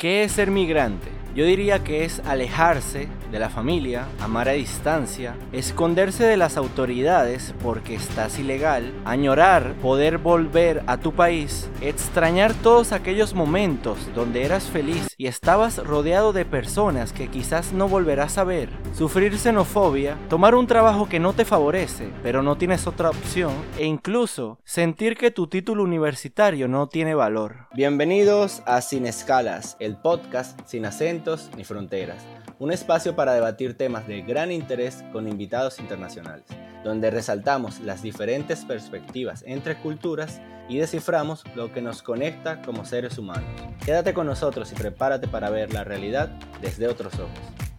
¿Qué es ser migrante? Yo diría que es alejarse de la familia, amar a distancia, esconderse de las autoridades porque estás ilegal, añorar poder volver a tu país, extrañar todos aquellos momentos donde eras feliz y estabas rodeado de personas que quizás no volverás a ver, sufrir xenofobia, tomar un trabajo que no te favorece, pero no tienes otra opción, e incluso sentir que tu título universitario no tiene valor. Bienvenidos a Sin Escalas, el podcast sin acentos ni fronteras, un espacio para debatir temas de gran interés con invitados internacionales, donde resaltamos las diferentes perspectivas entre culturas y desciframos lo que nos conecta como seres humanos. Quédate con nosotros y prepárate para ver la realidad desde otros ojos.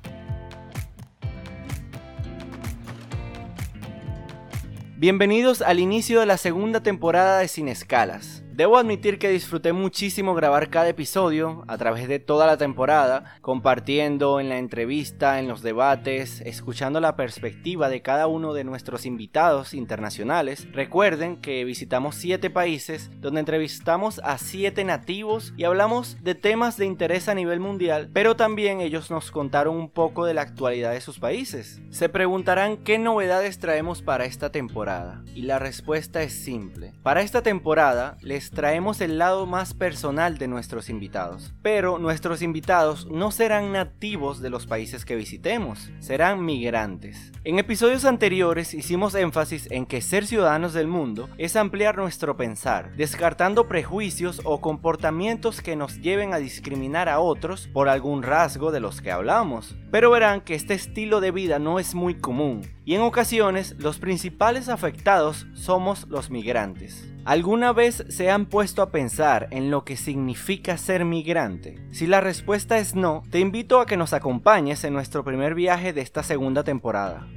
Bienvenidos al inicio de la segunda temporada de Sin Escalas. Debo admitir que disfruté muchísimo grabar cada episodio a través de toda la temporada, compartiendo en la entrevista, en los debates, escuchando la perspectiva de cada uno de nuestros invitados internacionales. Recuerden que visitamos 7 países donde entrevistamos a 7 nativos y hablamos de temas de interés a nivel mundial, pero también ellos nos contaron un poco de la actualidad de sus países. Se preguntarán qué novedades traemos para esta temporada, y la respuesta es simple. Para esta temporada les traemos el lado más personal de nuestros invitados, pero nuestros invitados no serán nativos de los países que visitemos, serán migrantes. En episodios anteriores hicimos énfasis en que ser ciudadanos del mundo es ampliar nuestro pensar, descartando prejuicios o comportamientos que nos lleven a discriminar a otros por algún rasgo de los que hablamos. Pero verán que este estilo de vida no es muy común, y en ocasiones los principales afectados somos los migrantes. ¿Alguna vez se han puesto a pensar en lo que significa ser migrante? Si la respuesta es no, te invito a que nos acompañes en nuestro primer viaje de esta segunda temporada.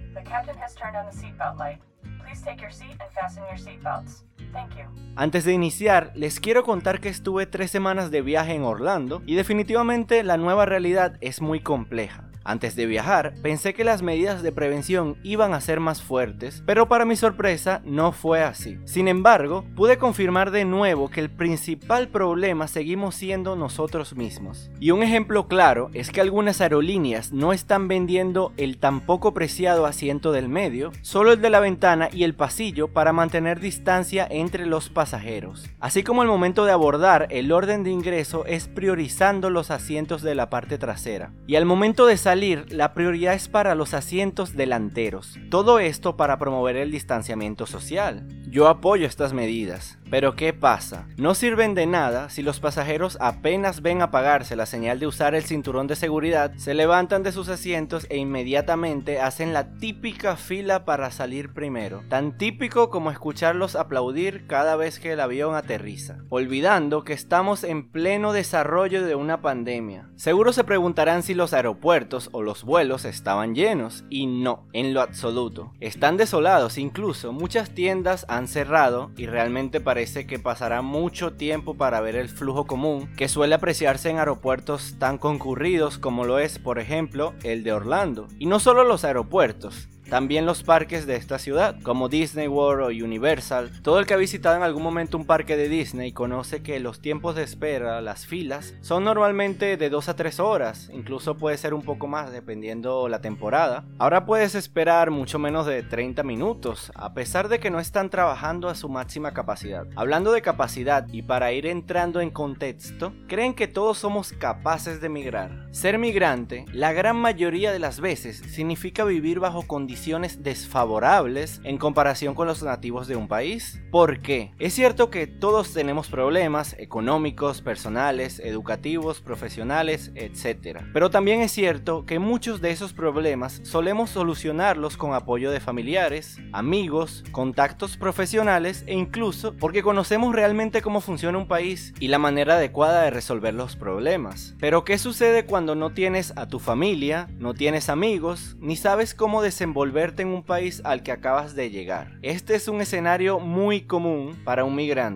Antes de iniciar, les quiero contar que estuve 3 semanas de viaje en Orlando y definitivamente la nueva realidad es muy compleja. Antes de viajar, pensé que las medidas de prevención iban a ser más fuertes, pero para mi sorpresa no fue así. Sin embargo, pude confirmar de nuevo que el principal problema seguimos siendo nosotros mismos. Y un ejemplo claro es que algunas aerolíneas no están vendiendo el tan poco preciado asiento del medio, solo el de la ventana y el pasillo para mantener distancia entre los pasajeros. Así como al momento de abordar, el orden de ingreso es priorizando los asientos de la parte trasera. Y al momento de salir, la prioridad es para los asientos delanteros. Todo esto para promover el distanciamiento social. Yo apoyo estas medidas, pero ¿qué pasa? No sirven de nada si los pasajeros apenas ven apagarse la señal de usar el cinturón de seguridad, se levantan de sus asientos e inmediatamente hacen la típica fila para salir primero, tan típico como escucharlos aplaudir cada vez que el avión aterriza, olvidando que estamos en pleno desarrollo de una pandemia. Seguro se preguntarán si los aeropuertos o los vuelos estaban llenos, y no, en lo absoluto. Están desolados, incluso muchas tiendas han cerrado y realmente parece que pasará mucho tiempo para ver el flujo común que suele apreciarse en aeropuertos tan concurridos como lo es, por ejemplo, el de Orlando. Y no solo los aeropuertos, también los parques de esta ciudad, como Disney World o Universal. Todo el que ha visitado en algún momento un parque de Disney conoce que los tiempos de espera, las filas, son normalmente de 2 a 3 horas, incluso puede ser un poco más dependiendo la temporada. Ahora puedes esperar mucho menos de 30 minutos, a pesar de que no están trabajando a su máxima capacidad. Hablando de capacidad y para ir entrando en contexto, ¿creen que todos somos capaces de migrar? Ser migrante, la gran mayoría de las veces, significa vivir bajo condiciones desfavorables en comparación con los nativos de un país. ¿Por qué? Es cierto que todos tenemos problemas económicos, personales, educativos, profesionales, etc. Pero también es cierto que muchos de esos problemas solemos solucionarlos con apoyo de familiares, amigos, contactos profesionales e incluso porque conocemos realmente cómo funciona un país y la manera adecuada de resolver los problemas. Pero ¿qué sucede cuando no tienes a tu familia, no tienes amigos, ni sabes cómo desenvolverte en un país al que acabas de llegar? Este es un escenario muy común para un migrante.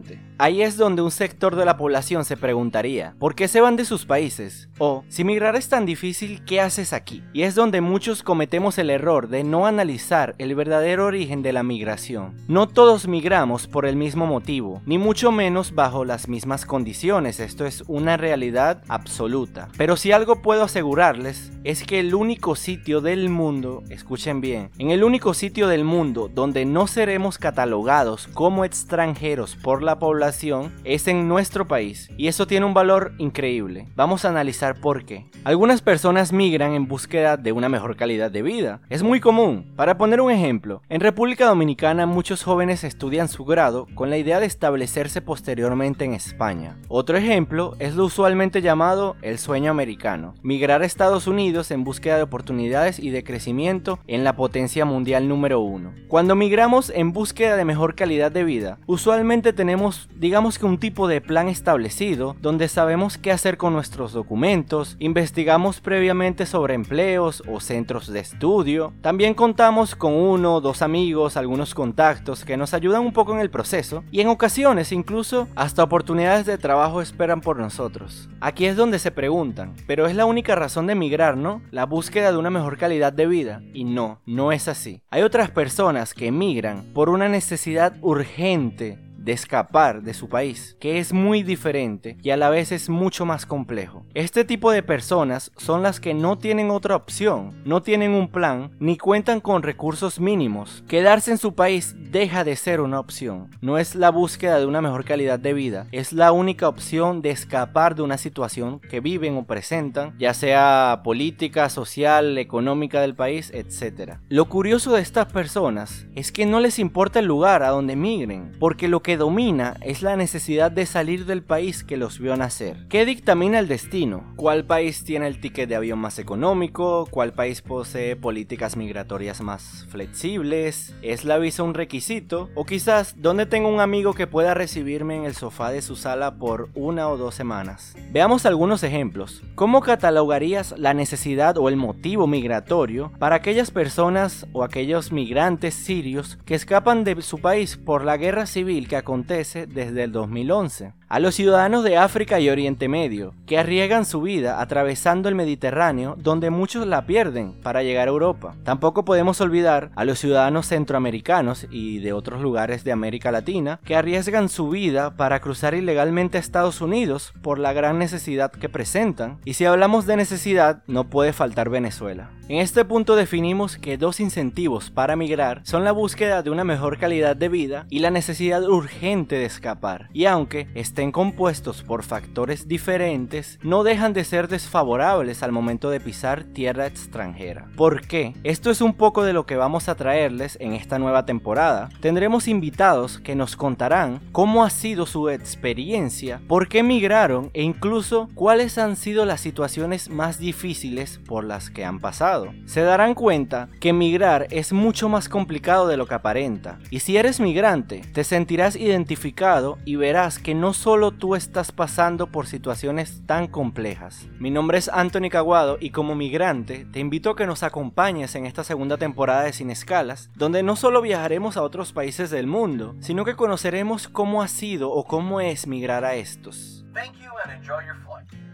Ahí es donde un sector de la población se preguntaría, ¿por qué se van de sus países? O, si migrar es tan difícil, ¿qué haces aquí? Y es donde muchos cometemos el error de no analizar el verdadero origen de la migración. No todos migramos por el mismo motivo, ni mucho menos bajo las mismas condiciones, esto es una realidad absoluta. Pero si algo puedo asegurarles, es que el único sitio del mundo, escuchen bien, en el único sitio del mundo donde no seremos catalogados como extranjeros por la población es en nuestro país, y eso tiene un valor increíble. Vamos a analizar por qué. Algunas personas migran en búsqueda de una mejor calidad de vida. Es muy común. Para poner un ejemplo, en República Dominicana muchos jóvenes estudian su grado con la idea de establecerse posteriormente en España. Otro ejemplo es lo usualmente llamado el sueño americano, migrar a Estados Unidos en búsqueda de oportunidades y de crecimiento en la potencia mundial número 1. Cuando migramos en búsqueda de mejor calidad de vida, usualmente tenemos, digamos que un tipo de plan establecido, donde sabemos qué hacer con nuestros documentos, investigamos previamente sobre empleos o centros de estudio, también contamos con 1 o 2 amigos, algunos contactos que nos ayudan un poco en el proceso, y en ocasiones incluso hasta oportunidades de trabajo esperan por nosotros. Aquí es donde se preguntan, ¿pero es la única razón de migrar, no? La búsqueda de una mejor calidad de vida. Y no, no es así. Hay otras personas que migran por una necesidad urgente de escapar de su país, que es muy diferente y a la vez es mucho más complejo. Este tipo de personas son las que no tienen otra opción, no tienen un plan, ni cuentan con recursos mínimos. Quedarse en su país deja de ser una opción. No es la búsqueda de una mejor calidad de vida, es la única opción de escapar de una situación que viven o presentan, ya sea política, social, económica del país, etc. Lo curioso de estas personas es que no les importa el lugar a donde migren, porque lo que domina es la necesidad de salir del país que los vio nacer. ¿Qué dictamina el destino? ¿Cuál país tiene el ticket de avión más económico? ¿Cuál país posee políticas migratorias más flexibles? ¿Es la visa un requisito? O quizás, ¿dónde tengo un amigo que pueda recibirme en el sofá de su sala por 1 o 2 semanas? Veamos algunos ejemplos. ¿Cómo catalogarías la necesidad o el motivo migratorio para aquellas personas o aquellos migrantes sirios que escapan de su país por la guerra civil que acontece desde el 2011? A los ciudadanos de África y Oriente Medio, que arriesgan su vida atravesando el Mediterráneo, donde muchos la pierden para llegar a Europa. Tampoco podemos olvidar a los ciudadanos centroamericanos y de otros lugares de América Latina, que arriesgan su vida para cruzar ilegalmente a Estados Unidos por la gran necesidad que presentan. Y si hablamos de necesidad, no puede faltar Venezuela. En este punto definimos que 2 incentivos para migrar son la búsqueda de una mejor calidad de vida y la necesidad urgente de escapar. Y aunque estén compuestos por factores diferentes, no dejan de ser desfavorables al momento de pisar tierra extranjera. ¿Por qué? Esto es un poco de lo que vamos a traerles en esta nueva temporada. Tendremos invitados que nos contarán cómo ha sido su experiencia, por qué migraron e incluso cuáles han sido las situaciones más difíciles por las que han pasado. Se darán cuenta que migrar es mucho más complicado de lo que aparenta, y si eres migrante, te sentirás identificado y verás que no solo tú estás pasando por situaciones tan complejas. Mi nombre es Anthony Caguado y como migrante te invito a que nos acompañes en esta segunda temporada de Sin Escalas, donde no solo viajaremos a otros países del mundo, sino que conoceremos cómo ha sido o cómo es migrar a estos. Thank you and enjoy your flight.